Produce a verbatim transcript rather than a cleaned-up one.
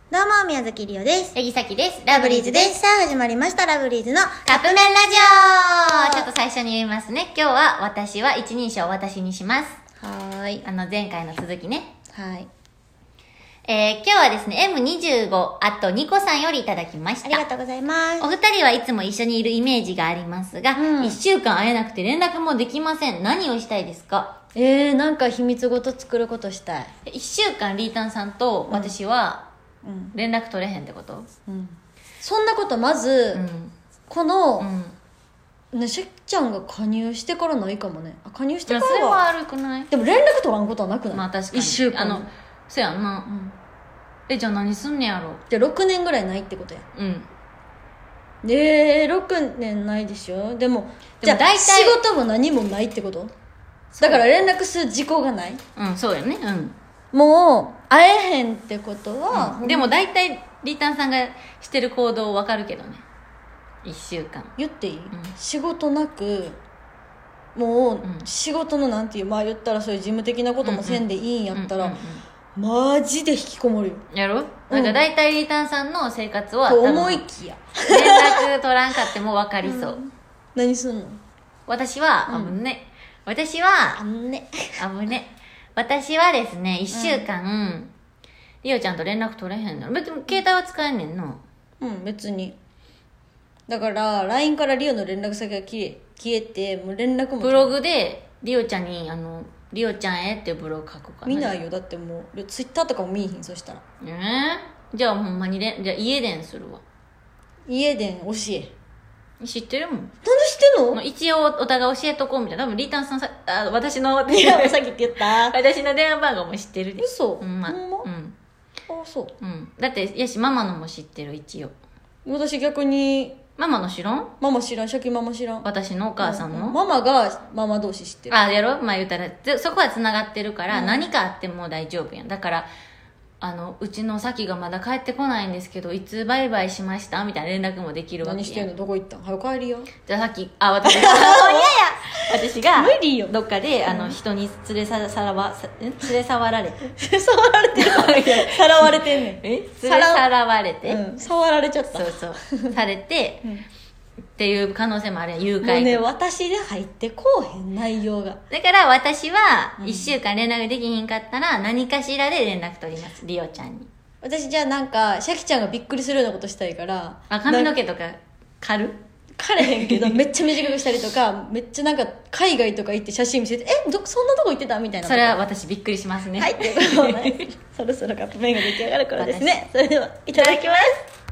どうも、宮崎りおです。 八木崎です。 ラブリーズです。さあ、始まりました。ラブリーズのカップ麺ラジオ。ちょっと最初に言いますね。今日は私は一人称私にします。 はーい。 あの、前回の続きね。 はい。 えー、今日はですね、エムにじゅうご、あとニコさんよりいただきました。 ありがとうございます。 お二人はいつも一緒にいるイメージがありますが、 うん、 一週間会えなくて連絡もできません。何をしたいですか？ えー、なんか秘密ごと作ることしたい。 一週間リータンさんと私は、 うん、 連絡取れへんってこと？ うん。そんなことまず、うん、この、うん、ね、しゃっちゃんが加入してからないかもね。あ、加入してからは。 それは悪くない？でも連絡取らんことはなくない？ まあ確かに。 一週間。 あの、そやんな。うん、え、じゃあ何すんねやろ？ じゃあろくねんぐらいないってことや。 うん。 で、ろくねんないでしょ？でも、 でも大体仕事も何もないってこと？だから連絡する時効がない？ うん、そうよね。うん。 もう会えへんってことは、 うん、でも大体リータンさんがしてる行動分かるけどね。一週間言っていい、うん、仕事なくもう仕事のなんていう、まあ言ったらそういう事務的なこともせんでいいんやったら、マジで引きこもるよ。 やろ？なんか大体リータンさんの生活はと思いきや連絡取らんかっても分かりそう、うん、 何すんの？ 私は、うん、あぶね私はあぶねあぶね私はですね、一週間、うん、リオちゃんと連絡取れへんの。別に携帯は使えんねんの。 うん、別に。だから ライン からリオの連絡先が消え消えて、もう連絡もブログでリオちゃんにあのリオちゃんへっていうブログ書くから、 ね、見ないよ。だってもうツイッターとかも見えひん。そしたらえー、じゃあほんまにれじゃあ家電するわ。 家電教え。 知ってるもん。なんで知ってんの？ 一応お互い教えとこうみたいな。多分リータンさんさあ私のいやさっきって言った私の電話番号も知ってるで。 嘘？ うん、まあ、 ほんま？ うん。 あ、そう。 うん。だってやしママのも知ってる一応。 私逆にママの知らん？ ママ知らん。シャキママ知らん。 私のお母さんの、 うん、ママがママ同士知ってる。 あ、やろ？まあ言ったらそこはつながってるから、うん、何かあっても大丈夫やん。だからあのうちのさきがまだ帰ってこないんですけどいつバイバイしましたみたいな連絡もできるわけやん。 何してんの？どこ行ったん？早く帰りよ。 じゃあさっきあ私がいやいや私が無理よ。 どっかであの、うん、人に連れささらわさ連れ触られて触られてるさらわれてんねん。 え連れさらわれて、 うん、触られちゃった。 そうそうされて、うん、っていう可能性もあるやん。誘拐とかもうね、私で入ってこうへん内容が。 だから私はいっしゅうかん連絡できひんかったら何かしらで連絡取ります、リオちゃんに。 私じゃあなんかシャキちゃんがびっくりするようなことしたいから、 あ、髪の毛とか刈る？ 刈れへんけどめっちゃ短くしたりとか、めっちゃなんか海外とか行って写真見せて、えどそんなとこ行ってたみたいな。 それは私びっくりしますね。 はい、ということでそろそろカップ麺が出来上がるからですね。それではいただきます。